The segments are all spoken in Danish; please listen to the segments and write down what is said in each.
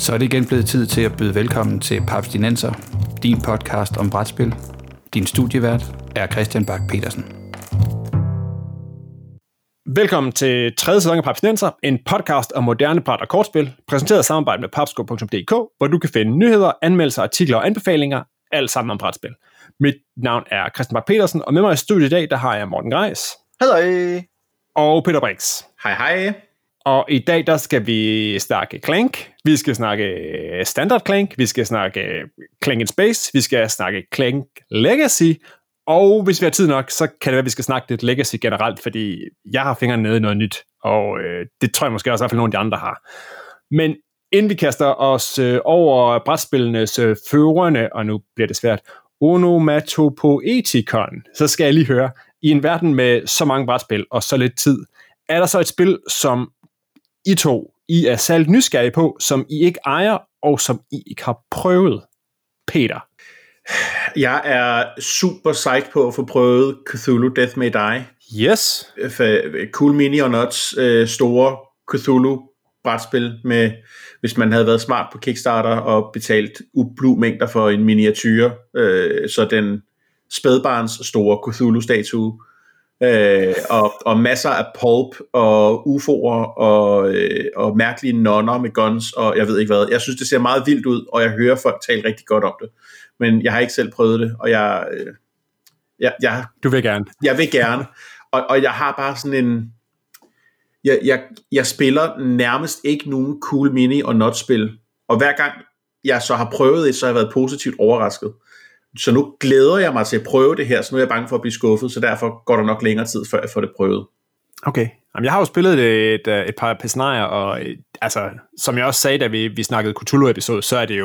Så er det igen blevet tid til at byde velkommen til Papstinenser, din podcast om brætspil. Din studievært er Christian Bak petersen. Velkommen til tredje sæson af Papstinenser, en podcast om moderne bræt- og kortspil, præsenteret i samarbejde med papsko.dk, hvor du kan finde nyheder, anmeldelser, artikler og anbefalinger, alt sammen om brætspil. Mit navn er Christian Bak petersen, og med mig i studiet i dag, der har jeg Morten Greis. Hej. Og Peter Brix. Hej hej. Og i dag, der skal vi snakke Clank, vi skal snakke Standard Clank, vi skal snakke Clank in Space, vi skal snakke Clank Legacy, og hvis vi har tid nok, så kan det være, at vi skal snakke lidt Legacy generelt, fordi jeg har fingrene nede i noget nyt, og det tror jeg måske også i hvert fald nogle af de andre har. Men inden vi kaster os over brætspillenes førende, og nu bliver det svært, onomatopoetikon, så skal jeg lige høre, i en verden med så mange brætspil og så lidt tid, er der så et spil, som I er særligt nysgerrige på, som I ikke ejer, og som I ikke har prøvet? Peter? Jeg er super psyched på at få prøvet Cthulhu Death May Die. Yes. Cool Mini or Nuts store Cthulhu-brætspil med, hvis man havde været smart på Kickstarter og betalt ublu mængder for en miniature, så den spædbarns store Cthulhu-statue, og masser af pulp og UFO'er og mærkelige nonner med guns og jeg ved ikke hvad. Jeg synes det ser meget vildt ud, og jeg hører folk tale rigtig godt om det, men jeg har ikke selv prøvet det, og du vil gerne. Jeg vil gerne, og jeg har bare sådan en jeg spiller nærmest ikke nogen cool mini og not spil, og hver gang jeg så har prøvet det, så har jeg været positivt overrasket. Så nu glæder jeg mig til at prøve det her, så nu er jeg bange for at blive skuffet, så derfor går der nok længere tid, før jeg får det prøvet. Okay. Jamen, jeg har jo spillet et par scenarier, og altså, som jeg også sagde, da vi snakkede Cthulhu-episode, så er det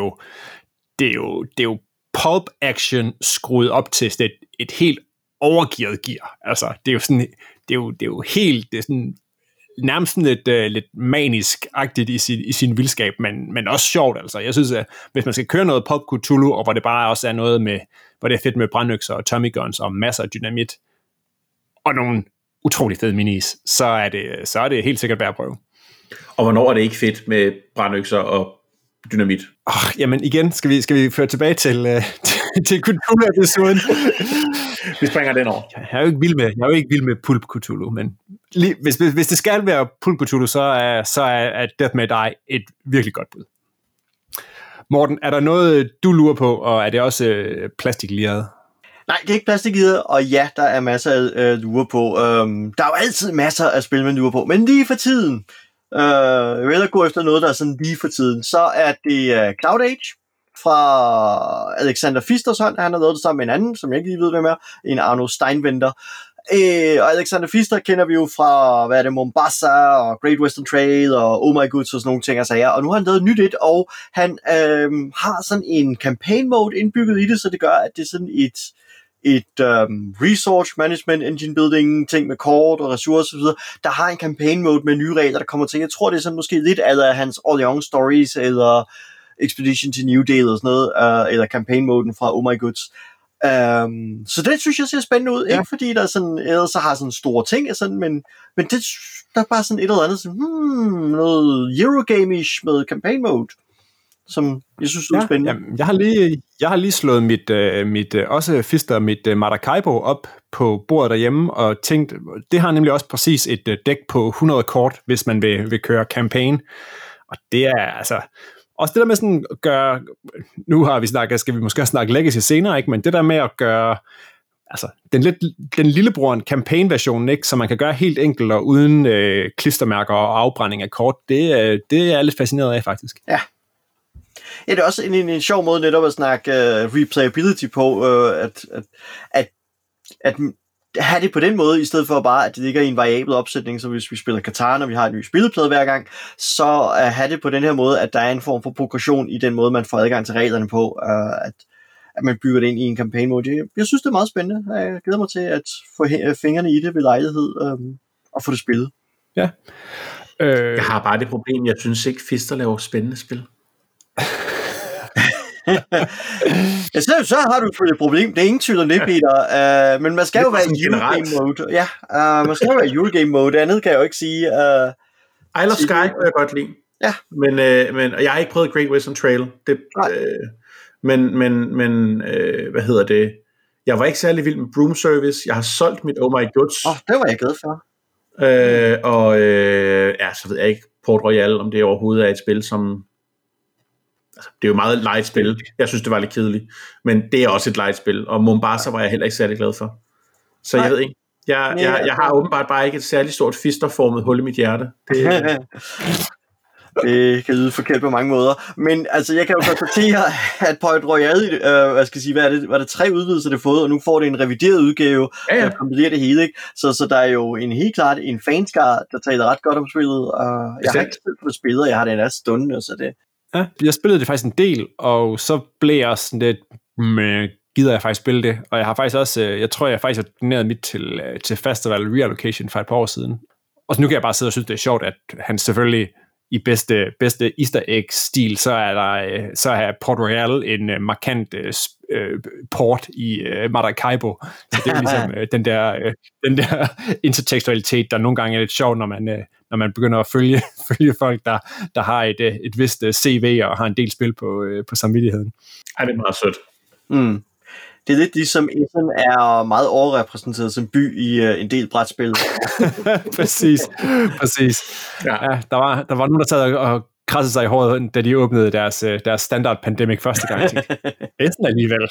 jo pulp action skruet op til et helt overgearet gear. Altså, det er jo sådan, det er jo helt, det er sådan nærmest lidt manisk-agtigt i sin vildskab, men også sjovt, altså. Jeg synes, at hvis man skal køre noget pop Cthulhu, og hvor det bare også er noget med, hvor det er fedt med brandøkser og Tommy guns og masser af dynamit, og nogle utrolig fede minis, så er det helt sikkert værd at prøve. Og hvornår er det ikke fedt med brandøkser og dynamit? Jamen igen, skal vi føre tilbage til Cthulhu-episoden? Vi springer den over. Jeg er jo ikke vild med pulp Cthulhu, men hvis det skal være pulp Cthulhu, så er Death May Die et virkelig godt bud. Morten, er der noget, du lurer på, og er det også plastikliret? Nej, det er ikke plastikliret, og ja, der er masser af lurer på. Der er jo altid masser af spil, man lurer på, men lige for tiden, jeg vil gå efter noget, der er sådan lige for tiden, så er det Cloud Age fra Alexander Pfisters hånd. Han har lavet det sammen med en anden, som jeg ikke lige ved, hvem er, en Arno Steinwender. Og Alexander Pfister kender vi jo fra, Mombasa og Great Western Trail og Oh My Goods og sådan nogle ting og sager. Og nu har han lavet nyt et, og han har sådan en campaign mode indbygget i det, så det gør, at det er sådan et resource management, engine building, ting med kort og ressourcer osv., der har en campaign mode med nye regler, der kommer til. Jeg tror, det er sådan måske lidt af hans Orleans Stories, eller Expedition to New Day, eller sådan noget, eller campaign moden fra Oh My Goods. Så det synes jeg ser spændende ud, ikke fordi der er sådan, ellers så har sådan store ting, sådan, men det, der er bare sådan et eller andet, sådan, noget Eurogame-ish med campaign mode, som jeg synes er spændende. Jamen, jeg har lige slået mit også Pfister, mit Maracaibo op på bordet derhjemme, og tænkt, det har nemlig også præcis et dæk på 100 kort, hvis man vil køre campaign, og det er altså også det der med sådan at gøre, nu har vi snakket, skal vi måske snakke Legacy senere, ikke? Men det der med at gøre, altså den lillebroren campaign-versionen, ikke? Så man kan gøre helt enkelt og uden klistermærker og afbrænding af kort, det er lidt fascineret af faktisk. Ja. Ja, det er også en sjov måde netop at snakke replayability på, at have det på den måde, i stedet for bare, at det ligger i en variabel opsætning, så hvis vi spiller Catan, og vi har en ny spilleplade hver gang, så have det på den her måde, at der er en form for progression i den måde, man får adgang til reglerne på, at man bygger det ind i en campaign mode. Jeg synes, det er meget spændende. Jeg glæder mig til at få fingrene i det ved lejlighed, og få det spillet. Ja. Jeg har bare det problem, jeg synes ikke, Pfister laver spændende spil. Ja, så har du et problem. Det er ingen tvivl om det, Peter. Men man skal jo være i Eurogame mode. Ja, man skal jo være i Eurogame mode. Andet kan jeg jo ikke sige. Isle of Skye kan jeg godt lide. Ja. Men og jeg har ikke prøvet Great Western Trail. Men hvad hedder det? Jeg var ikke særlig vild med Broom Service. Jeg har solgt mit Oh My Goods. Det var jeg glad for. Så ved jeg ikke Port Royal, om det overhovedet er et spil, som... Altså, det er jo meget light spil. Jeg synes, det var lidt kedeligt. Men det er også et light spil. Og Mombasa var jeg heller ikke særlig glad for. Så jeg ved ikke. Jeg har åbenbart bare ikke et særligt stort fisterformet hul i mit hjerte. Det kan lyde forkert på mange måder. Men altså, jeg kan jo konstatere, at Port Royal, var det 3 udvidelser, det har fået, og nu får det en revideret udgave, der kombinerer det hele, ikke? Så der er jo helt klart en fanskar, der taler ret godt om spillet, og jeg har ikke spillet på det spillet, jeg har det endda stående, så det... Ja, jeg spillede det faktisk en del, og så blev jeg sådan lidt, gider jeg faktisk spille det, og jeg har faktisk også, jeg tror jeg faktisk har doneret mit til Festival Reallocation for et par år siden, og så nu kan jeg bare sidde og synes, det er sjovt, at han selvfølgelig i bedste Easter egg-stil, så er Port Royal en markant port i Maracaibo. Så det er ligesom den der intertekstualitet, der nogle gange er lidt sjov, når man begynder at følge folk, der har et vist CV og har en del spil på samvittigheden. Ej, det er meget sødt. Mm. Det er lidt ligesom Essen er meget overrepræsenteret som by i en del brætspil. Præcis. Ja, der var nogen, der sad og krassede sig i håret, da de åbnede deres standard pandemic første gang. Essen alligevel.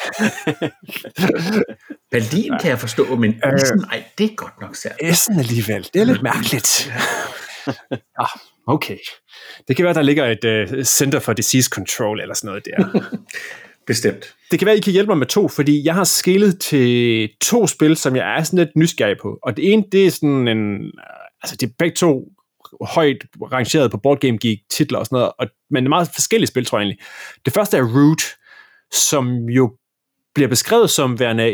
Berlin kan jeg forstå, men Essen, det er godt nok særligt. Essen alligevel, det er lidt mærkeligt. Okay. Det kan være, der ligger et Center for Disease Control eller sådan noget der. Bestemt. Det kan være, I kan hjælpe mig med 2, fordi jeg har skillet til 2 spil, som jeg er sådan lidt nysgerrig på. Og det ene, det er sådan det er begge 2 højt rangeret på Board Game Geek titler og sådan noget, men det er meget forskellige spil, tror jeg egentlig. Det første er Root, som jo bliver beskrevet som værende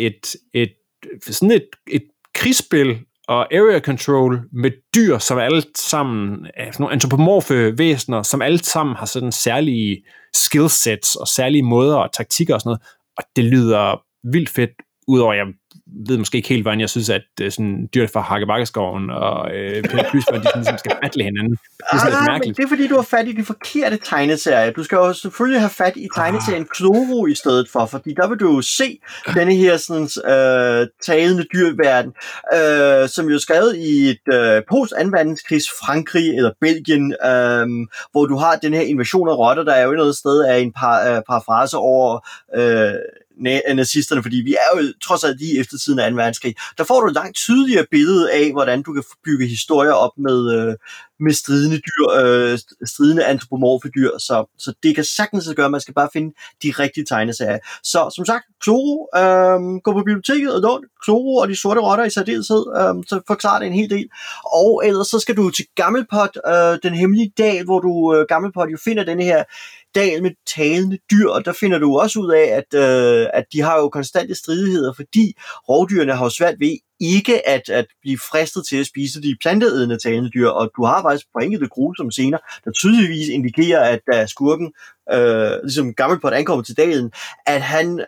et krigsspil og area control med dyr, som alle sammen er nogle antropomorfe væsener, som alle sammen har sådan særlige skillsets og særlige måder og taktikker og sådan noget. Og det lyder vildt fedt, udover jeg ved måske ikke helt, hvordan jeg synes, at sådan dyrt fra Hakkebakkeskoven og Peter Plysford, de ligesom skal battle hinanden. Det er sådan lidt mærkeligt. Det er fordi, du har fat i de forkerte tegneserier. Du skal jo selvfølgelig have fat i tegneserien Kloro i stedet for, fordi der vil du jo se denne her sådan, talende dyrverden, som jo er skrevet i et post-2. Frankrig eller Belgien, hvor du har den her invasion af rotter, der er jo noget sted af en parafrase over nazisterne, fordi vi er jo trods alt lige efter tiden af 2. verdenskrig. Der får du et langt tydeligere billede af, hvordan du kan bygge historier op med stridende dyr, stridende antropomorfe dyr, så det kan sagtens gøre, man skal bare finde de rigtige tegneserier. Så som sagt, Kloro, gå på biblioteket og lån Kloro og de sorte rotter i særdeleshed, så forklarer det en hel del. Og ellers så skal du til Gammelpot, den hemmelige dal, hvor du Gammelpot jo finder denne her dal med talende dyr, og der finder du også ud af, at de har jo konstante stridigheder, fordi rovdyrene har jo svært ved ikke at blive fristet til at spise de planteædende talende dyr, og du har faktisk på enkelte grusomme scener, der tydeligvis indikerer, at da skurken, ligesom Gammelpot ankommer til dalen, at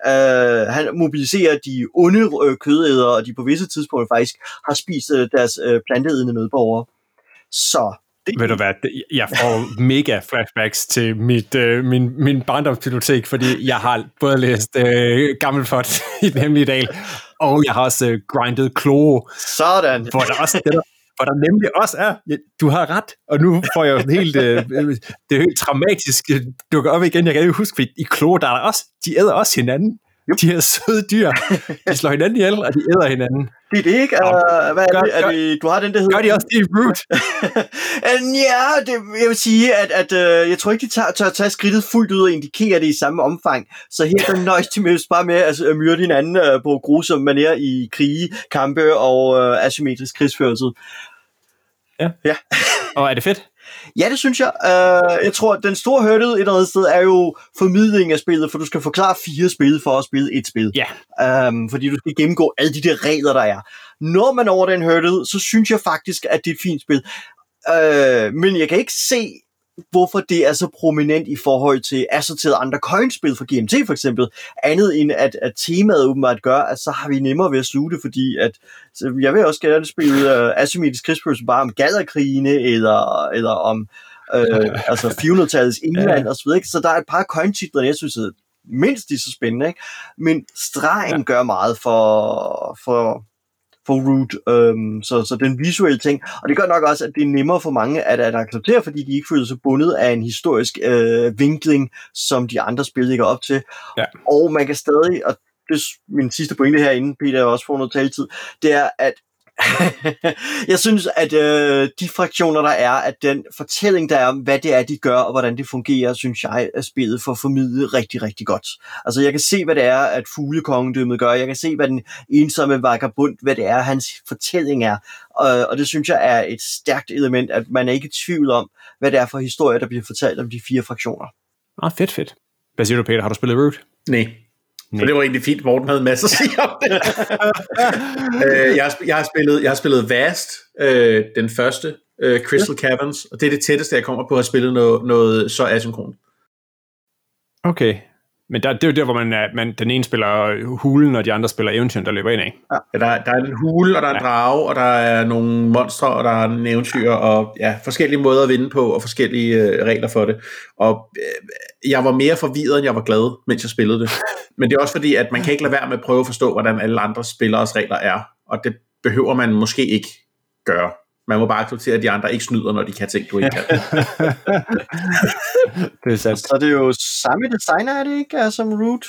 han mobiliserer de onde kødædere, og de på visse tidspunkter faktisk har spist deres planteædende medborgere. Så ved du hvad, jeg får mega flashbacks til min barndomsbibliotek, fordi jeg har både læst Gammelpot i den hemmelige dal, og jeg har også grindet Kloro. Sådan. Hvor der nemlig også er, du har ret, og nu får jeg jo helt, det helt traumatisk dukker op igen. Jeg kan ikke huske, fordi i Kloro, der er der også, de æder også hinanden. De her søde dyr, de slår hinanden ihjel, og de æder hinanden. Det er det ikke? Hvad er det? Du har den, der hedder... Gør de også det i Root? Ja, jeg vil sige, at jeg tror ikke, de tør tage skridtet fuldt ud og indikere det i samme omfang. Så her der nøjes de med bare med at myrde hinanden på grusom manér i krige, kampe og asymmetrisk krigsførelse. Ja. Og er det fedt? Ja, det synes jeg. Jeg tror, at den store hurdle et eller andet sted er jo formidling af spillet, for du skal forklare 4 spil for at spille et spil. Ja. Fordi du skal gennemgå alle de der regler, der er. Når man over den hurdle, så synes jeg faktisk, at det er et fint spil. Men jeg kan ikke se, hvorfor det er så prominent i forhold til assorterede andre coinspil fra GMT for eksempel, andet end at temaet åbenbart gør, at så har vi nemmere ved at sluge det, fordi at jeg vil også gerne spille asymmetrisk krigsførelse bare om gallerkrigene, eller om altså 400-tallets England og så videre, ikke? Så der er et par coin-titler, jeg synes er mindst lige så spændende, ikke? Men stregen gør meget for Root, så den visuelle ting, og det gør nok også, at det er nemmere for mange at acceptere, fordi de ikke føler sig bundet af en historisk vinkling, som de andre spil ligger op til. Ja. Og man kan stadig, og det er min sidste pointe herinde, Peter også får noget taletid, det er, at jeg synes, at de fraktioner, der er, at den fortælling, der er om, hvad det er, de gør, og hvordan det fungerer, synes jeg, at spillet får formidlet rigtig, rigtig godt. Altså, jeg kan se, hvad det er, at fuglekongedømmet gør. Jeg kan se, hvad den ensomme vagabund, hvad det er, hans fortælling er. Og det synes jeg er et stærkt element, at man er ikke i tvivl om, hvad det er for historier, der bliver fortalt om de 4 fraktioner. Fedt. Hvad siger du, Peter? Har du spillet Root? Nej. Så det var egentlig fint, Morten havde masser at sige om det. Jeg har spillet Vast, den første, Crystal Caverns, og det er det tætteste, jeg kommer på at have spillet noget så asynkron. Okay, men det er jo der, hvor den ene spiller hulen, og de andre spiller eventyr, der løber ind af. Ja, der er en hule, og der er en drage, og der er nogle monstre, og der er en eventyr, og forskellige måder at vinde på, og forskellige regler for det. Og jeg var mere forvirret, end jeg var glad, mens jeg spillede det. Men det er også fordi, at man kan ikke lade være med at prøve at forstå, hvordan alle andre spilleres regler er, og det behøver man måske ikke gøre. Man må bare acceptere, at de andre ikke snyder, når de kan ting, du ikke kan. Det er sandt. Så det er jo samme designer, er det ikke, som Root?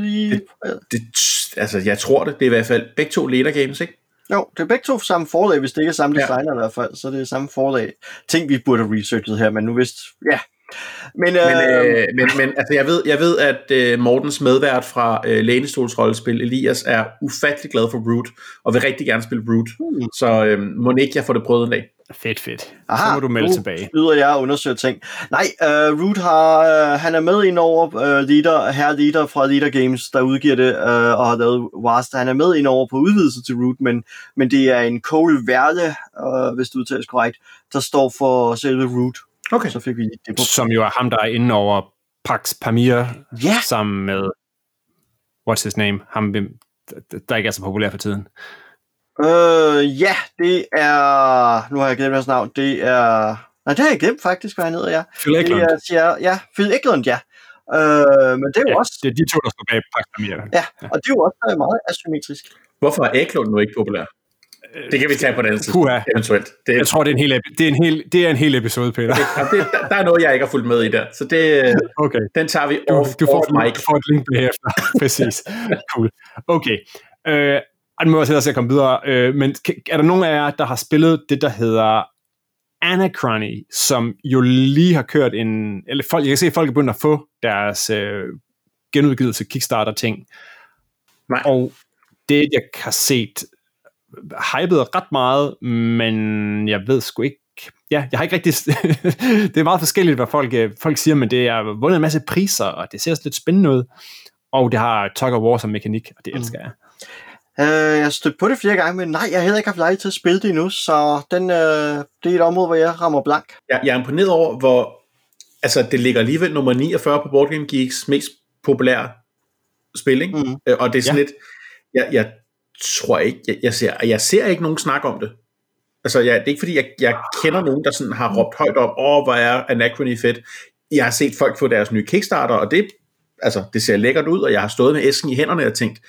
Altså, jeg tror det. Det er i hvert fald begge 2 Leder Games, ikke? Jo, det er begge 2 samme forlag, hvis det ikke er samme designer i hvert fald. Så det er samme forlag. Ting, vi burde have researchet her, men nu vidst, ja. Men altså jeg ved, at Mortens medvært fra Lænestolsrollespil, Elias, er ufattelig glad for Root, og vil rigtig gerne spille Root. Så må ikke jeg få det prøvet en dag. Fedt. Aha, så må du melde tilbage. Yder jeg at undersøge ting. Nej, Root han er med ind over Leader fra Leader Games, der udgiver det, og har lavet Vast. Han er med ind over på udvidelse til Root, men det er en Cole Verle, hvis det udtales korrekt, der står for selve Root. Okay. Så fik vi det på. Som jo er ham, der er inde over Pax Pamir, sammen med, what's his name, ham, der ikke er så populær for tiden. Det er, nu har jeg glemt hans navn, det har jeg glemt faktisk, hvad han hedder, Phil Eklund. Phil Eklund, men det er jo også... Det er de 2, der står bag Pax Pamir. Ja, og det er jo også meget asymmetrisk. Hvorfor er Eklund nu ikke populær? Det kan vi tage på den anden side, eventuelt. Jeg tror, det er en hel episode, Peter. Der er noget, jeg ikke har fulgt med i der, så det, okay. Den tager vi du får et link bagefter. Præcis. Cool. Okay. Nu må jeg til at komme videre. Men er der nogen af jer, der har spillet det, der hedder Anachrony, som jo lige har kørt jeg kan se, at folk er begyndt at få deres genudgivelse Kickstarter-ting. Nej. Og det, jeg har set, hypede ret meget, men jeg ved sgu ikke. Ja, jeg har ikke rigtig... det er meget forskelligt, hvad folk siger, men det er vundet en masse priser, og det ser også lidt spændende ud. Og det har Tug of War som mekanik, og det elsker jeg. Jeg har stødt på det flere gange, men nej, jeg har heller ikke haft lejlighed til at spille det endnu, så det er et område, hvor jeg rammer blank. Jeg er imponeret over, hvor... Altså, det ligger alligevel nummer 49 på Board Game Geeks mest populære spil, ikke? Og det er sådan lidt... Jeg tror ikke, jeg ser ikke nogen snak om det. Altså, det er ikke fordi, jeg kender nogen, der sådan har råbt højt op, hvor er Anachrony fedt. Jeg har set folk få deres nye Kickstarter, og det ser lækkert ud, og jeg har stået med æsken i hænderne og tænkt,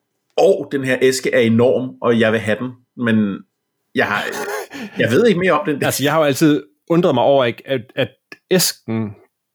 den her æske er enorm, og jeg vil have den, men jeg ved ikke mere om den. Altså, jeg har jo altid undret mig over, at æsken,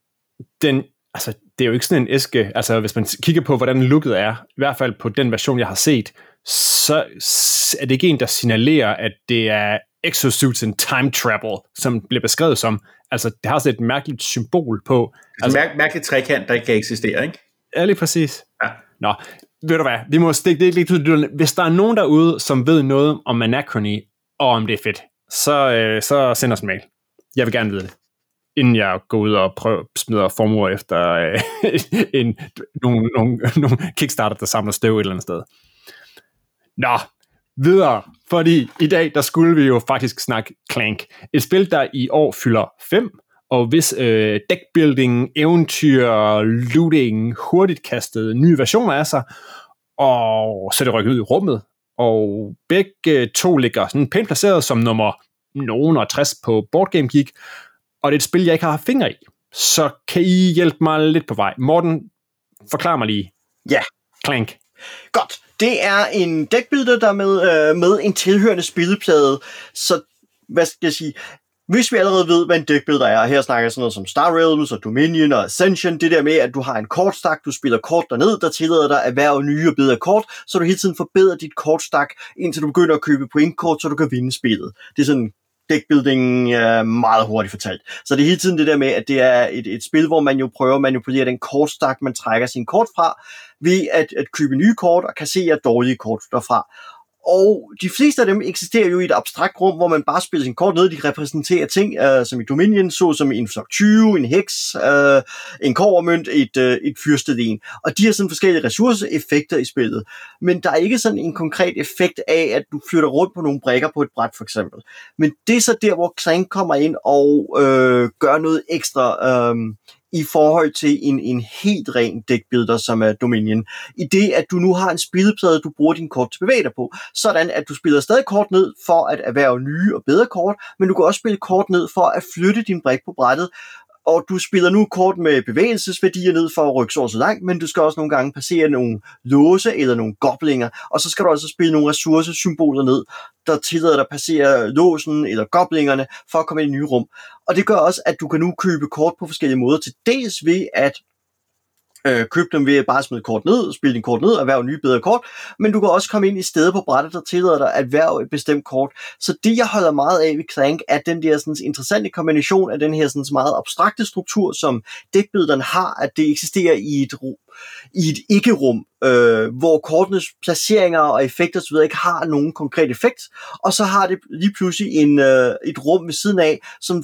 det er jo ikke sådan en æske, altså hvis man kigger på, hvordan looket er, i hvert fald på den version, jeg har set, så er det ikke en, der signalerer, at det er exosuits and time travel, som bliver beskrevet som. Altså, det har sådan et mærkeligt symbol på. Altså, mærkeligt trekant, der ikke kan eksistere, ikke? Ja, lige præcis. Ja. Nå, ved du hvad, vi må stikke det lidt ud. Hvis der er nogen derude, som ved noget om Anachrony, og om det er fedt, så send os en mail. Jeg vil gerne vide det, inden jeg går ud og smider formuer efter nogle Kickstarter, der samler støv et eller andet sted. Nå, videre, fordi i dag, der skulle vi jo faktisk snakke Clank. Et spil, der i år fylder 5, og hvis deckbuilding, eventyr, looting hurtigt kastede nye versioner af sig, og så er det rykket ud i rummet, og begge to ligger sådan pænt placeret som nummer nogen 60 på Board Game Geek, og det er et spil, jeg ikke har haft fingre i. Så kan I hjælpe mig lidt på vej? Morten, forklar mig lige. Ja. Clank. Godt. Det er en deckbuilder, der med en tilhørende spilleplade. Så, hvad skal jeg sige? Hvis vi allerede ved, hvad en deckbuilder er, her snakker jeg sådan noget som Star Realms og Dominion og Ascension, det der med, at du har en kortstak, du spiller kort derned, der tillader dig at erhverve nye og bedre kort, så du hele tiden forbedrer dit kortstak, indtil du begynder at købe pointkort, så du kan vinde spillet. Det er sådan deckbuilding meget hurtigt fortalt. Så det er hele tiden det der med, at det er et spil, hvor man jo prøver at manipulere den kortstak, man trækker sin kort fra, ved at købe nye kort og kassere dårlige kort derfra. Og de fleste af dem eksisterer jo i et abstrakt rum, hvor man bare spiller sin kort ned, de repræsenterer ting, som i Dominion, så som en flok 20, en heks, en kobbermønt, et fyrsteden. Og de har sådan forskellige ressourceeffekter i spillet. Men der er ikke sådan en konkret effekt af, at du flytter rundt på nogle brikker på et bræt, for eksempel. Men det er så der, hvor Clank kommer ind og gør noget ekstra i forhold til en helt ren deckbuilder, som er Dominion. I det, at du nu har en spilleplade, du bruger din kort til at bevæge dig på, sådan at du spiller stadig kort ned for at erhverve nye og bedre kort, men du kan også spille kort ned for at flytte din brik på brættet, og du spiller nu kort med bevægelsesværdier ned for at rykke så langt, men du skal også nogle gange passere nogle låse eller nogle goblinger, og så skal du også spille nogle ressourcesymboler ned, der tillader dig at passere låsen eller goblingerne for at komme ind i nye rum. Og det gør også, at du kan nu købe kort på forskellige måder, til dels ved at købe dem ved at bare smide kort ned, spille din kort ned og erhverve nye bedre kort, men du kan også komme ind i steder på brættet, der tillader dig at erhverve et bestemt kort. Så det, jeg holder meget af ved Clank, er den der sådan, interessante kombination af den her sådan, meget abstrakte struktur, som deckbuilderen har, at det eksisterer i et ikke-rum, hvor kortenes placeringer og effekter osv. ikke har nogen konkret effekt, og så har det lige pludselig et rum ved siden af,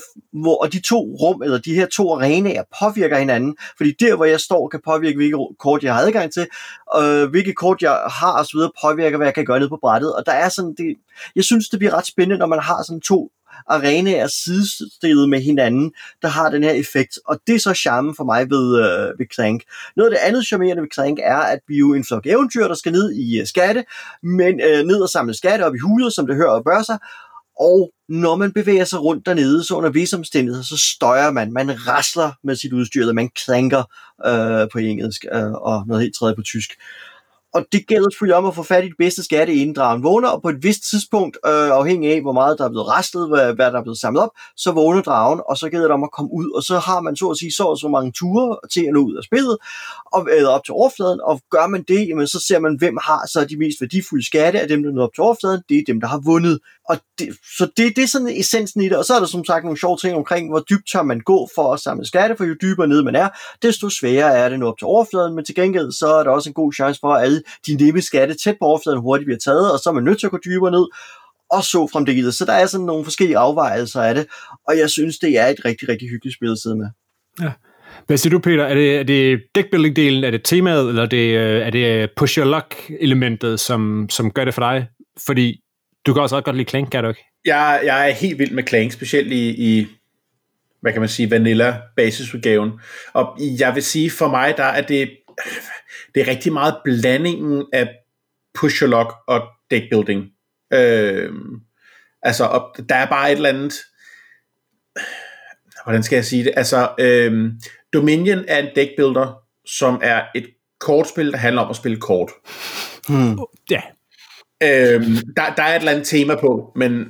og de to rum, eller de her to arenaer, påvirker hinanden, fordi der, hvor jeg står, kan påvirke, hvilke kort jeg har adgang til, hvilke kort jeg har osv. påvirker, hvad jeg kan gøre ned på brættet, og der er sådan det, jeg synes, det bliver ret spændende, når man har sådan to arenaer sidestillet med hinanden, der har den her effekt, og det er så charmen for mig ved Clank. Noget af det andet charmerende ved Clank er, at vi jo en flok eventyr, der skal ned i skatte, men ned og samle skatte op i hulet, som det hører og bør sig, og når man bevæger sig rundt dernede, så under visse omstændigheder, så støjer man rasler med sit udstyr, eller man clanker på engelsk, og noget helt tredje på tysk. Og det gælder selvfølgelig om at få fat i det bedste skatte, inden dragen vågner, og på et vist tidspunkt, afhængig af, hvor meget der er blevet raslet, hvad der er blevet samlet op, så vågner dragen, og så gælder det om at komme ud, og så har man så at sige så mange ture til at nå ud af spillet, eller op til overfladen, og gør man det, jamen, så ser man, hvem har så de mest værdifulde skatte af dem, der når op til overfladen, det er dem, der har vundet. Og det er sådan essensen i det, og så er der som sagt nogle sjove ting omkring, hvor dybt tør man gå for at samle skatte, for jo dybere nede man er, desto sværere er det nå op til overfladen, men til gengæld så er der også en god chance for, at alle de nemme skatte tæt på overfladen hurtigt bliver taget, og så er man nødt til at gå dybere ned, og så fremdeles. Så der er sådan nogle forskellige afvejelser af det, og jeg synes, det er et rigtig, rigtig hyggeligt spil at sidde med. Ja. Hvad siger du, Peter? Er det deckbuilding-delen, er det temaet, eller er det push your luck-elementet, som gør det for dig? Fordi du kan også ret godt lide Clank, kan du ikke? Jeg er helt vild med Clank, specielt i hvad kan man sige, vanilla basisudgaven. Og jeg vil sige, for mig, der er det er rigtig meget blandingen af push your luck og deckbuilding. Altså, der er bare et eller andet, hvordan skal jeg sige det? Altså, Dominion er en deckbuilder, som er et kortspil, der handler om at spille kort. Ja. Der er et eller andet tema på, men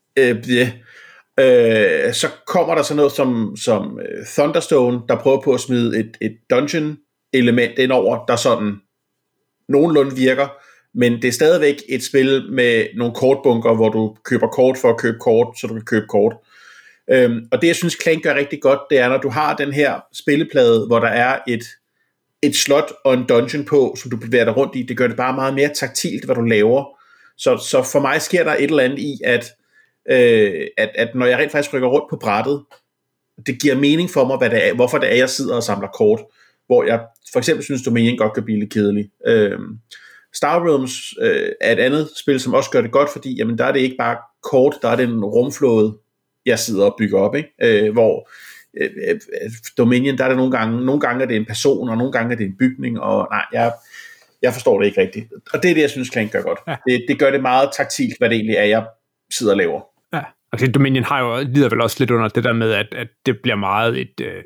så kommer der sådan noget som Thunderstone, der prøver på at smide et dungeon element ind over, der sådan nogenlunde virker, men det er stadigvæk et spil med nogle kortbunker, hvor du køber kort for at købe kort, så du kan købe kort. Og det jeg synes Clank gør rigtig godt, det er når du har den her spilleplade, hvor der er et slot og en dungeon på, som du bevæger dig rundt i, det gør det bare meget mere taktilt, hvad du laver. Så for mig sker der et eller andet i, at når jeg rent faktisk rykker rundt på brættet, det giver mening for mig, hvorfor det er, jeg sidder og samler kort, hvor jeg for eksempel synes, Dominion godt kan blive lidt kedelig. Star Realms er et andet spil, som også gør det godt, fordi jamen, der er det ikke bare kort, der er det en rumflåde, jeg sidder og bygger op, ikke? Hvor Dominion, der er det nogle gange er det en person, og nogle gange er det en bygning, og nej, jeg forstår det ikke rigtigt. Og det er det, jeg synes, Clank gør godt. Ja. Det gør det meget taktilt, hvad det egentlig er, jeg sidder og laver. Ja. Okay, Dominion lider vel også lidt under det der med, at det bliver meget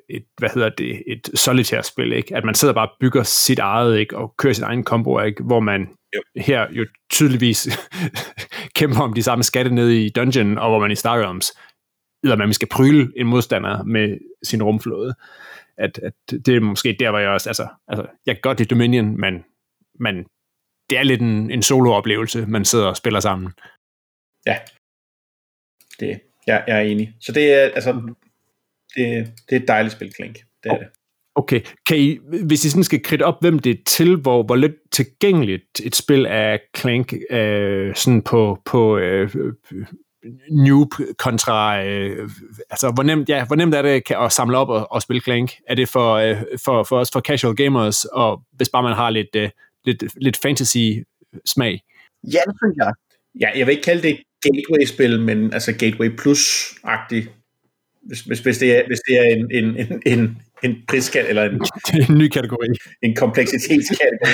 et solitaire-spil, ikke? At man sidder bare og bygger sit eget, ikke? Og kører sin egen combo, ikke? Hvor man her jo tydeligvis kæmper om de samme skatte nede i dungeon, og hvor man i Starrealms man skal pryle en modstander med sin rumflåde. At det er måske der, hvor jeg også, altså jeg kan godt lide Dominion, men det er lidt en solo-oplevelse, man sidder og spiller sammen. Ja. Jeg er enig. Så det er det er et dejligt spil, Clank. Det er det. Okay. Kan I, hvis I sådan skal kridte op, hvem det er til, hvor lidt tilgængeligt et spil af Clank sådan på noob kontra altså hvor nemt er det at samle op og spille Clank? Er det for os for casual gamers, og hvis bare man har lidt fantasy smag? Ja, det synes jeg. Ja, jeg vil ikke kalde det et gateway-spil, men altså Gateway Plus-agtigt. Hvis det er en priskategori, eller en ny kategori. En kompleksitetskategori.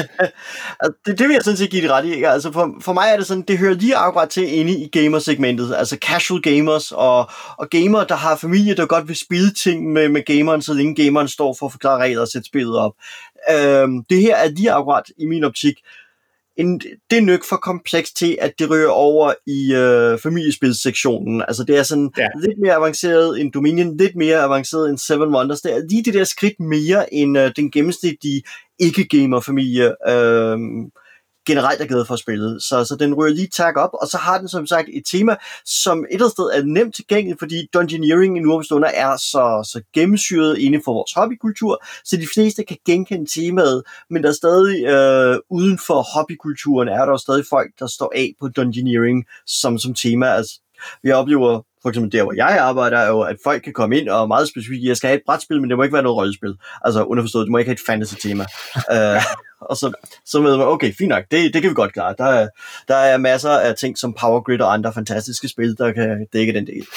det vil jeg sådan set give det ret i. Altså for mig er det sådan, det hører lige akkurat til inde i gamersegmentet. Altså casual gamers og gamere, der har familie, der godt vil spille ting med gameren, så længe gameren står for at forklare regler og sætte spillet op. Det her er lige akkurat i min optik det er nok for komplekst til, at det rører over i familiespilsektionen. Altså det er sådan lidt mere avanceret end Dominion, lidt mere avanceret end Seven Wonders. Det er lige det der skridt mere end den gennemsnitlige ikke-gamer-familie generelt er glad for spillet. Så den rører lige tak op, og så har den som sagt et tema, som et eller andet sted er nemt tilgængeligt, fordi Dungeoneering i nu om stunder er så gennemsyret inde for vores hobbykultur, så de fleste kan genkende temaet, men der er stadig uden for hobbykulturen er der stadig folk, der står af på Dungeoneering som tema. Altså, vi oplever for eksempel der, hvor jeg arbejder, er jo, at folk kan komme ind og meget specifikt, jeg skal have et brætspil, men det må ikke være noget rollespil. Altså underforstået, du må ikke have et fantasy-tema. Og så med mig, okay, fint nok, det kan vi godt klare. Der er masser af ting som Power Grid og andre fantastiske spil, der kan dække den del.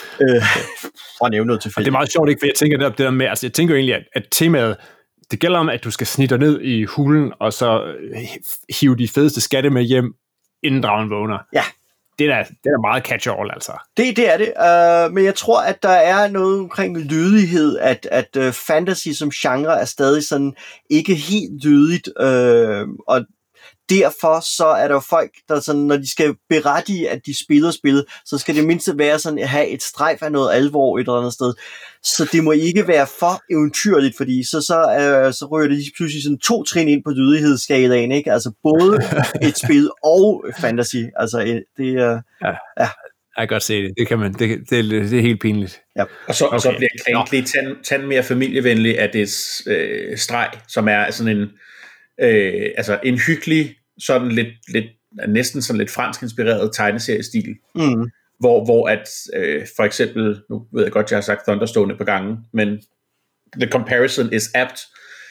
For at nævne noget tilfældigt. Det er meget sjovt, ikke? For jeg tænker det der med, altså jeg tænker jo egentlig, at temaet, det gælder om, at du skal snitte ned i hulen, og så hive de fedeste skatte med hjem, inden dragen vågner. Ja. Det er meget catch-all, altså. Det er det, men jeg tror, at der er noget omkring lydighed, at fantasy som genre er stadig sådan ikke helt lydigt, og derfor så er der jo folk, der sådan, når de skal berettige, at de spiller spillet, så skal det mindst være sådan at have et strejf af noget alvor et eller andet sted. Så det må ikke være for eventyrligt, fordi så rører det pludselig sådan 2 trin ind på lydighedsskalaen, ikke? Altså både et spil og fantasy. Altså det er... Ja. Jeg kan godt se det. Det kan man. Det er helt pinligt. Ja. Og så bliver Clank lidt tand mere familievenlig af det streg, som er sådan en altså en hyggelig, sådan lidt næsten sådan lidt fransk inspireret tegneseriestil. Mm. Hvor at for eksempel, nu ved jeg godt, jeg har sagt Thunderstone et par gange, men the comparison is apt.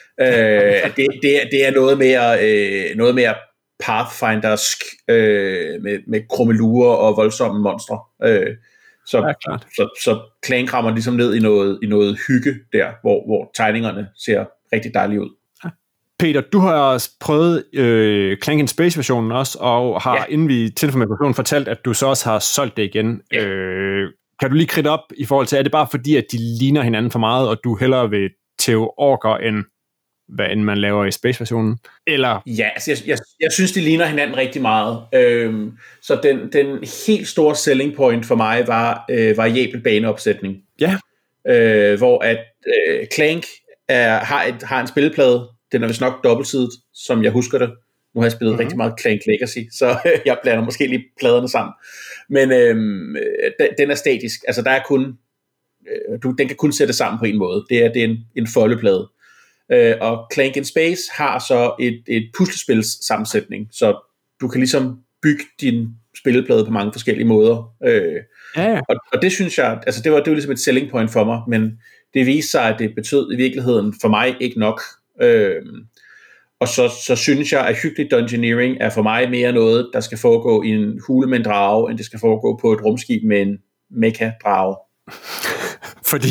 Det er noget mere Pathfindersk med krummelurer og voldsomme monstre. Så Clank rammer ligesom ned i noget hygge der, hvor tegningerne ser rigtig dejlige ud. Peter, du har også prøvet Clank in Space-versionen også, og har inden vi tilføjer versionen fortalt, at du så også har solgt det igen. Ja. Kan du lige kridte op i forhold til, er det bare fordi, at de ligner hinanden for meget, og du hellere vil tæve orker, end hvad end man laver i Space-versionen? Eller? Ja, altså jeg synes, de ligner hinanden rigtig meget. Så den helt store selling point for mig var variabel baneopsætning. Ja. Hvor at Clank har en spilleplade. Den er vist nok dobbeltsidet, som jeg husker det. Nu har jeg spillet rigtig meget Clank Legacy, så jeg blander måske lige pladerne sammen. Men den er statisk. Altså der er kun den kan kun sættes sammen på en måde. Det er en foldeplade. Og Clank in Space har så et puslespils sammensætning, så du kan ligesom bygge din spilleplade på mange forskellige måder. Og det synes jeg, altså det var ligesom et selling point for mig, men det viste sig, at det betød i virkeligheden for mig ikke nok. Og så synes jeg, at hyggelig dungeoneering er for mig mere noget, der skal foregå i en hule med en drage, end det skal foregå på et rumskib med en mecha-drage. Fordi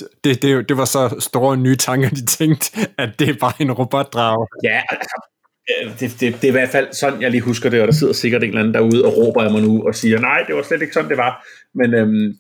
det var så store nye tanker, de tænkte, at det er bare en robotdrage. Ja, altså, Det er i hvert fald sådan, jeg lige husker det, og der sidder sikkert en eller anden derude og råber af mig nu og siger, nej, det var slet ikke sådan, det var. Men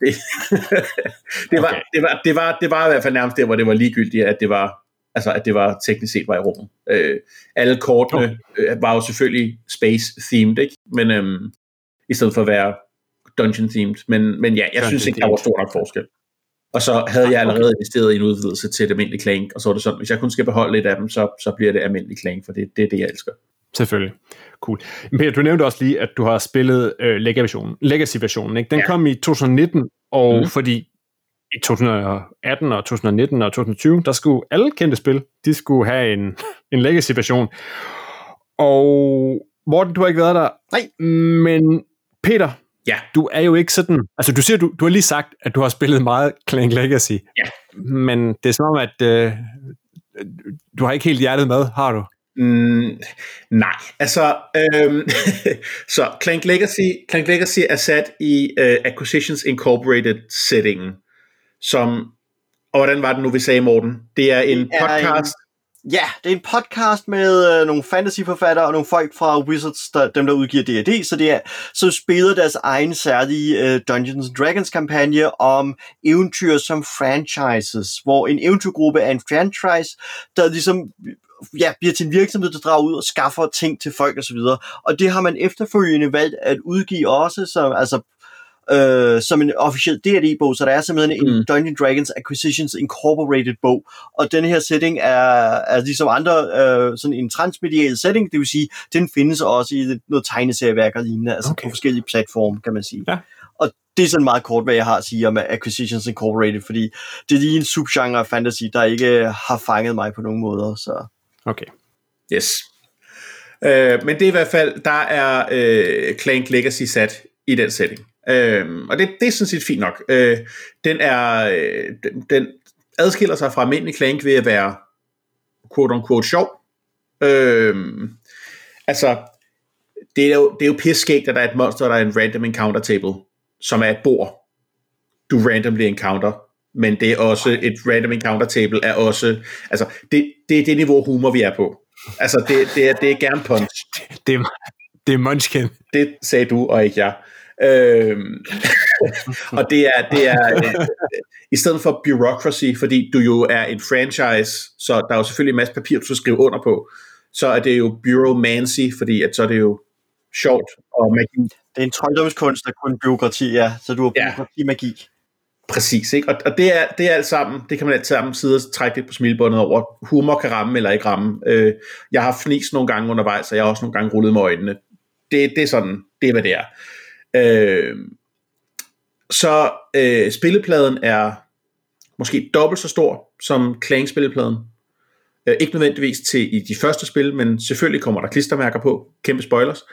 det var i hvert fald nærmest der, hvor det var ligegyldigt, at det var teknisk set var i rummet. Alle kortene var jo selvfølgelig space-themed, ikke? Men i stedet for at være dungeon-themed. Men ja, jeg synes ikke, der var stor nok forskel. Og så havde jeg allerede investeret i en udvidelse til et almindeligt Clank, og så var det sådan, hvis jeg kun skal beholde lidt af dem, så bliver det almindeligt Clank, for det er det, jeg elsker. Selvfølgelig. Cool. Peter, du nævnte også lige, at du har spillet Legacy-versionen, ikke? Den kom i 2019, og fordi i 2018 og 2019 og 2020, der skulle alle kendte spil, de skulle have en Legacy-version. Og Morten, du har ikke været der. Nej. Men Peter, ja. Du er jo ikke sådan... Altså, du siger, du har lige sagt, at du har spillet meget Clank Legacy. Ja. Men det er som om, at du har ikke helt hjertet med, har du? Nej, altså... så Clank Legacy er sat i Acquisitions Incorporated settingen, som... Og hvordan var det nu, vi sagde, Morten? Det er en podcast... Ja, det er en podcast med nogle fantasyforfattere og nogle folk fra Wizards, dem der udgiver D&D, så spiller deres egen særlige Dungeons & Dragons kampagne om eventyr som franchises, hvor en eventyrgruppe er en franchise, der ligesom bliver til en virksomhed, der drager ud og skaffer ting til folk osv. Og det har man efterfølgende valgt at udgive også, som en officiel D&D-bog, så der er simpelthen en Dungeons & Dragons Acquisitions Incorporated bog, og den her setting er ligesom andre sådan en transmedial setting, det vil sige, den findes også i noget tegneserieværk og lignende, altså på forskellige platforme, kan man sige. Ja. Og det er sådan meget kort, hvad jeg har at sige om Acquisitions Incorporated, fordi det er lige en subgenre af fantasy, der ikke har fanget mig på nogen måder, så... Okay. Yes. Men det er i hvert fald, der er Clank Legacy sat i den setting. Og det er sådan set fint nok. Den adskiller sig fra almindelig Clank ved at være quote-unquote sjov. Altså, det er jo pisseskægt, at der er et monster, der er en random encounter table, som er et bord, du randomly encounter, men det er også et random encounter table, er også, altså, det er det niveau humor, vi er på. Altså, det er gerne punch. Det er munchkin. Det sagde du, og ikke jeg. Og det er i stedet for bureaucracy, fordi du jo er en franchise, så der er jo selvfølgelig en masse papir, du skal skrive under på, så er det jo bureaumancy, fordi at så er det jo sjovt og magi. Det er en trolddomskunst, der kun bureaukrati, ja, så du har bureaukrati-magi. Præcis, ikke? Og det er alt sammen, det kan man alt sammen sidde og trække lidt på smilebåndet over. Humor kan ramme eller ikke ramme. Jeg har fnist nogle gange undervejs, og jeg har også nogle gange rullet med øjnene. Det er sådan, det er hvad det er. Så spillepladen er måske dobbelt så stor som Clank-spillepladen. Ikke nødvendigvis til i de første spil, men selvfølgelig kommer der klistermærker på. Kæmpe spoilers.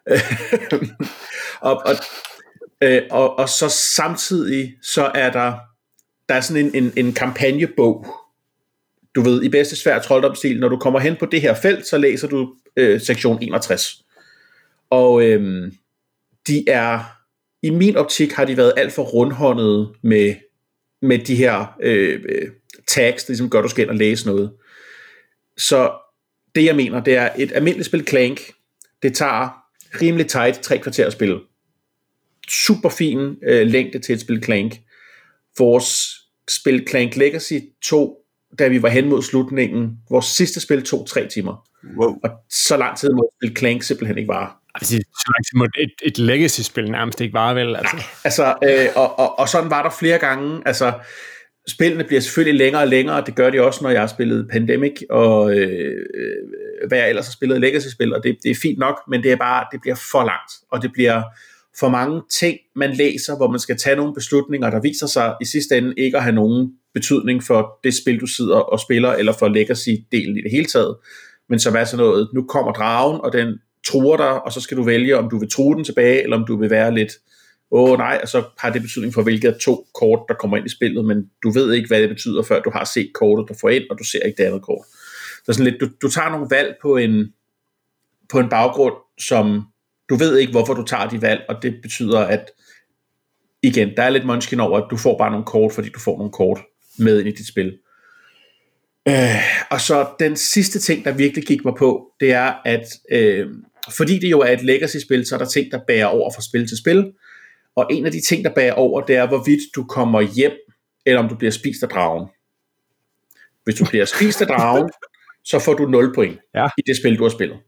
og så samtidig så er der er sådan en kampagnebog. Du ved, i bedste svær trolddomsstil, når du kommer hen på det her felt, så læser du sektion 61. Og de er, i min optik har de været alt for rundhåndede med de her tags, der ligesom gør, du skal ind og læse noget. Så det jeg mener, det er et almindeligt spil Clank, det tager rimelig tight 3 kvarter at spille. Super fin længde til et spil Clank. Vores spil Clank Legacy tog, da vi var hen mod slutningen, vores sidste spil tog 3 timer. Wow. Og så lang tid må et spil Clank simpelthen ikke vare. Altså, så lang tid må et Legacy-spil nærmest ikke vare, vel? Altså. Nej, altså, og sådan var der flere gange. Altså, spillene bliver selvfølgelig længere og længere, det gør de også, når jeg har spillet Pandemic, og hvad jeg ellers har spillet Legacy-spil, og det er fint nok, men det bliver for langt, og det bliver for mange ting, man læser, hvor man skal tage nogle beslutninger, der viser sig i sidste ende ikke at have nogen betydning for det spil, du sidder og spiller, eller for Legacy-delen i det hele taget, men som er sådan noget, nu kommer dragen, og den truer dig, og så skal du vælge, om du vil true den tilbage, eller om du vil være lidt, nej, og så har det betydning for, hvilket af 2 kort, der kommer ind i spillet, men du ved ikke, hvad det betyder, før du har set kortet, der får ind, og du ser ikke det andet kort. Så sådan lidt, du tager nogle valg på en baggrund, som du ved ikke, hvorfor du tager de valg, og det betyder, at igen, der er lidt munchkin over, at du får bare nogle kort, fordi du får nogle kort med ind i dit spil. Og så den sidste ting, der virkelig gik mig på, det er, at fordi det jo er et legacy-spil, så er der ting, der bærer over fra spil til spil. Og en af de ting, der bærer over, det er, hvorvidt du kommer hjem, eller om du bliver spist af dragen. Hvis du bliver spist af dragen, så får du 0 point i det spil, du har spillet.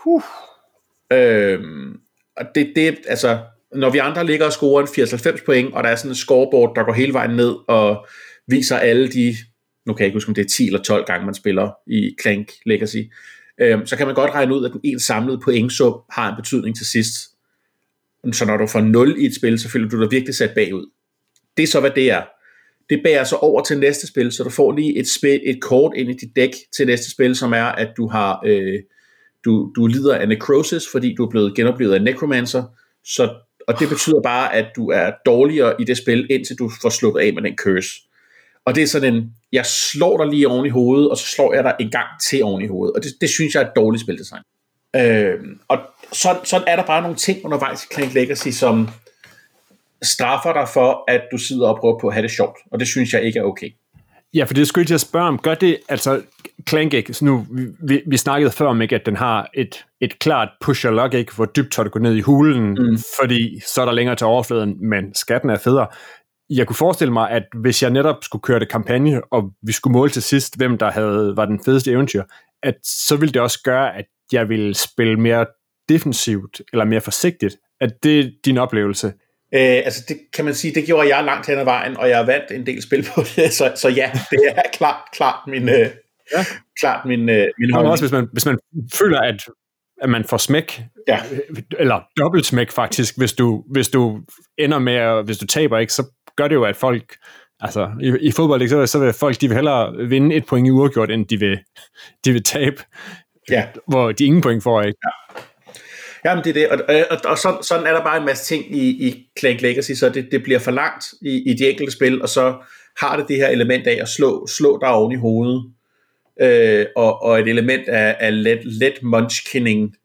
Og det altså, når vi andre ligger og scorer en 80-90 point, og der er sådan en scoreboard, der går hele vejen ned og viser alle de, nu kan jeg ikke huske, om det er 10 eller 12 gange, man spiller i Clank Legacy, så kan man godt regne ud, at den en samlede pointsum har en betydning til sidst. Så når du får 0 i et spil, så føler du dig virkelig sat bagud. Det er så, hvad det er. Det bærer så over til næste spil, så du får lige et kort ind i dit dæk til næste spil, som er, at du har du lider af necrosis, fordi du er blevet genoplevet af necromancer, og det betyder bare, at du er dårligere i det spil, indtil du får sluppet af med den curse. Og det er sådan en, jeg slår dig lige oven i hovedet, og så slår jeg dig en gang til oven i hovedet, og det synes jeg er et dårligt spildesign. Og sådan er der bare nogle ting undervejs i Clank Legacy, som straffer dig for, at du sidder og prøver på at have det sjovt, og det synes jeg ikke er okay. Ja, for det skulle jeg til at spørge om. Gør det, altså Clank, nu, vi snakkede før om, ikke, at den har et klart push og lock, ikke, hvor dybt tør du gå ned i hulen, fordi så er der længere til overfladen, men skatten er federe. Jeg kunne forestille mig, at hvis jeg netop skulle køre det kampagne, og vi skulle måle til sidst, hvem der var den fedeste eventyr, at så ville det også gøre, at jeg ville spille mere defensivt, eller mere forsigtigt. At det er din oplevelse? Altså det kan man sige, det gjorde jeg langt hen ad vejen, og jeg har vandt en del spil på det, så ja, det er klart min holdning. Også hvis man føler, at man får smæk, eller dobbelt smæk faktisk, hvis du ender med, hvis du taber, ikke, så gør det jo, at folk, altså i fodbold, ikke, så vil folk, de vil hellere vinde 1 point i uafgjort, end de vil tabe, hvor de ingen point får, ikke? Ja. Jamen det er det, og sådan er der bare en masse ting i Clank Legacy, så det bliver for langt i de enkelte spil, og så har det her element af at slå dig oven i hovedet, og et element af let munchkinning,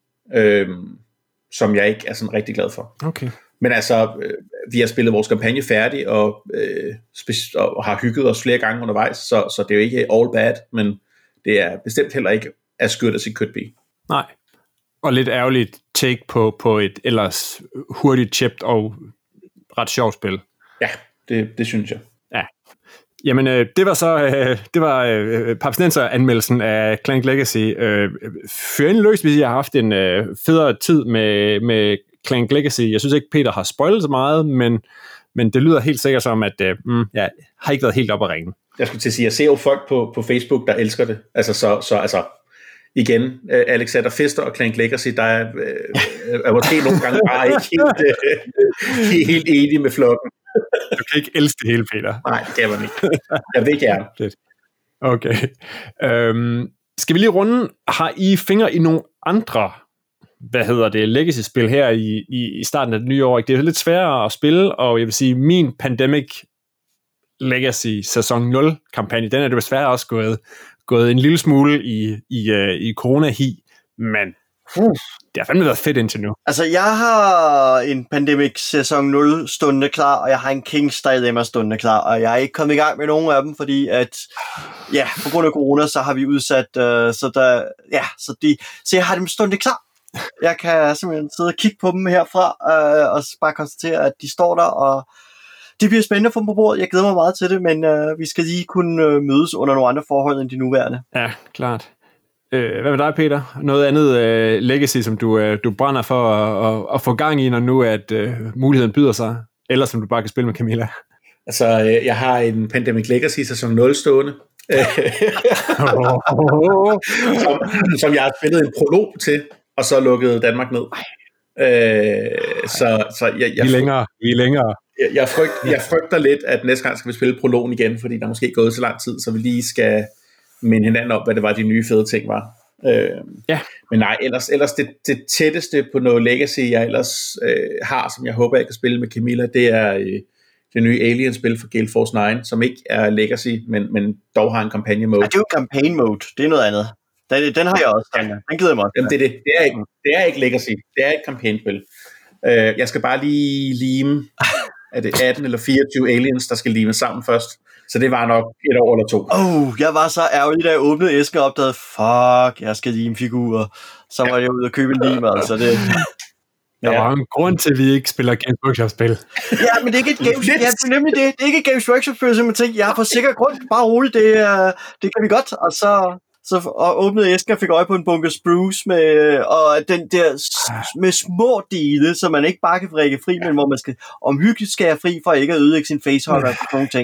som jeg ikke er sådan rigtig glad for. Okay. Men altså, vi har spillet vores kampagne færdig, og har hygget os flere gange undervejs, så det er jo ikke all bad, men det er bestemt heller ikke as good as it could be. Nej. Og lidt ærgerligt take på et ellers hurtigt chipped og ret sjovt spil. Ja, det synes jeg. Ja. Jamen, det var Papsnenser-anmeldelsen af Clank Legacy. Førende løst, hvis jeg har haft en federe tid med Clank Legacy. Jeg synes ikke, Peter har spoilet så meget, men det lyder helt sikkert som, at jeg har ikke været helt op at ringe. Jeg skulle til at sige, jeg ser jo folk på Facebook, der elsker det. Altså, igen, Alexander Pfister og Clank Legacy, der er måske nogle gange bare ikke helt enige med flokken. Du kan ikke elske det hele, Peter. Nej, det kan man ikke. Jeg vil gerne. Okay. Skal vi lige runde, har I fingre i nogle andre, Legacy-spil her i starten af det nye år? Det er lidt sværere at spille, og jeg vil sige, min Pandemic Legacy sæson 0-kampagne, den er det desværre også gået en lille smule i corona-hi, men det har fandme været fedt indtil nu. Altså, jeg har en Pandemic sæson 0 stående klar, og jeg har en King's Dilemma stående klar, og jeg er ikke kommet i gang med nogen af dem, fordi at, på grund af corona, så har vi udsat, så jeg har dem stående klar. Jeg kan simpelthen sidde og kigge på dem herfra, og bare konstatere, at de står der, og det bliver spændende at få dem på bordet. Jeg glæder mig meget til det, men vi skal lige kunne mødes under nogle andre forhold end de nuværende. Ja, klart. Hvad med dig, Peter? Noget andet legacy, som du brænder for at få gang i, når nu at muligheden byder sig? Eller som du bare kan spille med Camilla? Altså, jeg har en Pandemic Legacy sæson 0 stående. som jeg har spillet en prolog til, og så lukkede Danmark ned. Så jeg vi er længere. Jeg frygter lidt, at næste gang skal vi spille prologen igen, fordi der er måske gået så lang tid, så vi lige skal minde hinanden om, hvad det var, de nye fede ting var. Men nej, ellers det tætteste på noget Legacy, jeg ellers har, som jeg håber, jeg kan spille med Camilla, det er det nye Alien-spil for Gale Force 9, som ikke er Legacy, men dog har en kampagne mode. Ja, det er jo campaign mode, det er noget andet. Den har jeg også, den gider jeg mig. Jamen, det er ikke Legacy, det er et kampagnespil. Jeg skal bare lige lime, er det 18 eller 24 aliens, der skal lime sammen først, Så det var nok 1 år eller 2. Jeg var så ærgerlig, da jeg åbnede æsken og opdagede, fuck, jeg skal lime figurer. Så var jeg ude og købe en lim, altså det... Der var en grund til, at vi ikke spiller Games Workshop-spil. Ja, men det er ikke et Games... Ja, det er nemlig det. Det er ikke et Games Workshop-spil, som man tænker, jeg har for sikker grund, bare roligt, det kan vi godt. Og så åbnede æsken og fik øje på en bunke spruce og den der med små dele, så man ikke bare kan vrikke fri, men hvor man skal omhyggeligt skære fri, for ikke at ødelægge sin facehugger og sådan nogle ting.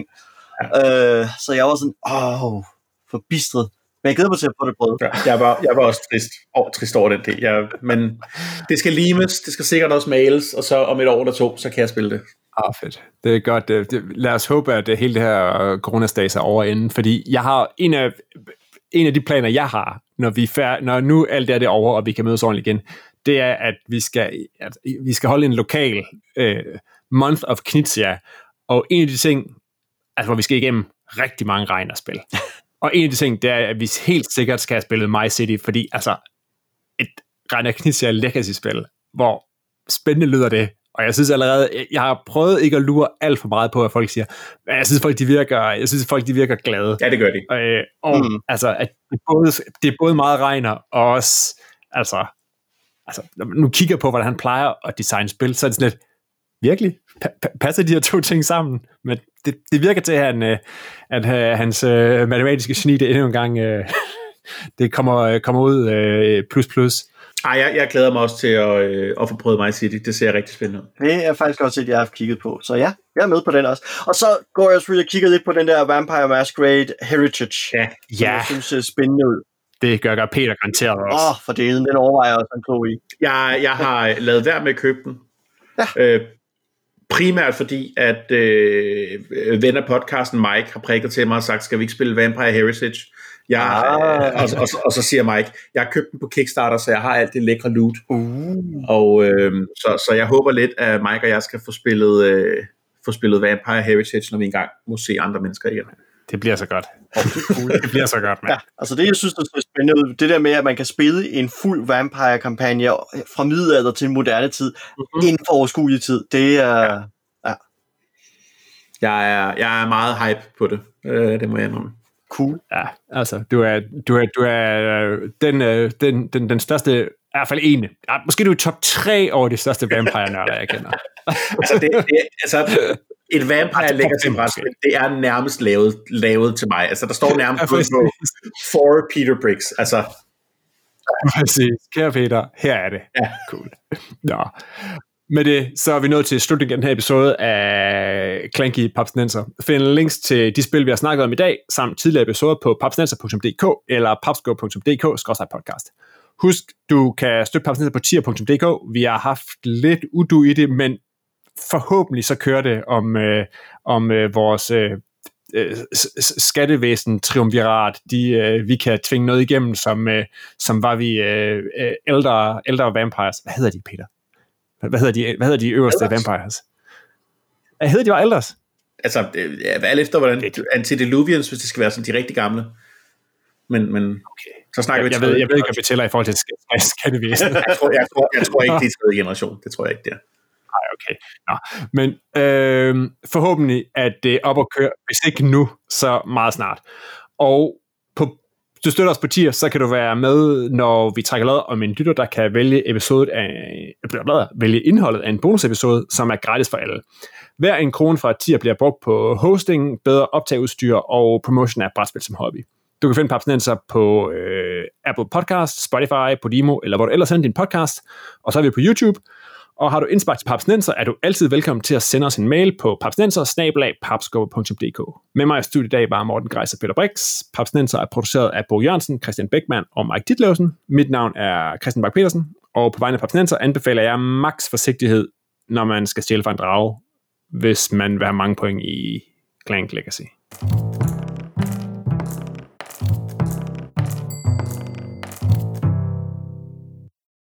Så jeg var sådan, forbistret. Men jeg glæder mig til at få det prøvet. Ja, jeg var også trist over den del. Men det skal limes, det skal sikkert også males, og så om 1 år eller 2, så kan jeg spille det. Fedt. Det er godt. Lad os håbe, at hele det her coronastas er over inden, fordi jeg har en af de planer, jeg har, når nu alt det er over, og vi kan mødes ordentligt igen, det er, at vi skal holde en lokal month of Knizia, og en af de ting, altså hvor vi skal igennem rigtig mange regnerspil. Og en af de ting, det er, at vi helt sikkert skal have spillet My City, fordi altså et Reiner Knizia Legacy-spil, hvor spændende lyder det, og jeg synes allerede, jeg har prøvet ikke at lure alt for meget på, hvad folk siger, men jeg synes, folk de virker glade. Ja, det gør de. Altså, at det er både meget Reiner, og også, altså, nu kigger jeg på, hvordan han plejer at designe spil, så er det sådan lidt, virkelig? Passer de her 2 ting sammen? Men det virker til, at hans matematiske geni, det endnu en gang, det kommer ud plus. Jeg glæder mig også til at få prøvet My City. Det ser rigtig spændende ud. Det er faktisk også et, jeg har kigget på. Så ja, jeg er med på den også. Og så går jeg selvfølgelig og kigger lidt på den der Vampire Masquerade Heritage. Ja. Jeg synes, det ser spændende ud. Det gør Peter garanteret også. For delen, den overvejer jeg også en klog i. Jeg har lavet være med at købe den. Ja. Primært fordi, at ven af podcasten Mike har prikket til mig og sagt, skal vi ikke spille Vampire Heritage? Og så siger Mike, jeg har købt den på Kickstarter, så jeg har alt det lækre loot. Og så jeg håber lidt, at Mike og jeg skal få spillet Vampire Heritage, når vi engang må se andre mennesker igen. Det bliver så godt. Det bliver så godt, mand. Ja, altså det, jeg synes, der er spændende ud, det der med, at man kan spille en fuld Vampire-kampagne fra middelalder til moderne tid, inden for overskuelig tid, det er... Ja. Jeg er meget hype på det. Det må jeg indrømme. Cool. Ja, altså, du er den største, i hvert fald en. Måske du er top 3 over de største vampire-nørder, jeg kender. Altså, et Vampire Legacy-brætspil, det er nærmest lavet til mig. Altså, der står nærmest på for Peter Briggs. Altså. Præcis. Kære Peter, her er det. Ja. Cool. Nå. Med det, så er vi nået til slutningen af den her episode af Clanky Papsnenser. Find links til de spil, vi har snakket om i dag, samt tidligere episoder på papsnenser.dk eller papsgo.dk/podcast. Husk, du kan støtte Papsnenser på tier.dk. Vi har haft lidt udu i det, men forhåbentlig så kører det om vores skattevæsen triumvirat, vi kan tvinge noget igennem, som var vi ældre vampires. Hvad hedder de, Peter? Hvad hedder de øverste Elders. Vampires? Hedder de bare Elders? Altså, alt efter hvordan Antediluvians, hvis det skal være sådan de rigtig gamle. Men okay. Så snakker vi jeg ved ikke, hvad vi tæller i forhold til skattevæsen. jeg tror ikke, det er tredje generation. Det tror jeg ikke, det er. Nej, okay. Nå. Men forhåbentlig, at det er op at køre, hvis ikke nu, så meget snart. Og du støtter os på tier, så kan du være med, når vi trækker lod om en lytter, der kan vælge indholdet af en bonusepisode, som er gratis for alle. Hver en krone fra tier bliver brugt på hosting, bedre optageudstyr og promotion af brætspil som hobby. Du kan finde Papsnenser på Apple Podcast, Spotify, Podimo, eller hvor du ellers sender din podcast. Og så er vi på YouTube. Og har du indspark til Papsnenser, er du altid velkommen til at sende os en mail på papsnenser@papsgo.dk. Med mig i studiet i dag var Morten Greis og Peter Brix. Papsnenser er produceret af Bo Jørgensen, Christian Beckmann og Mike Ditlevsen. Mit navn er Christian Bak Petersen, og på vegne af Papsnenser anbefaler jeg max forsigtighed, når man skal stjæle fra en drage, hvis man vil have mange point i Clank Legacy.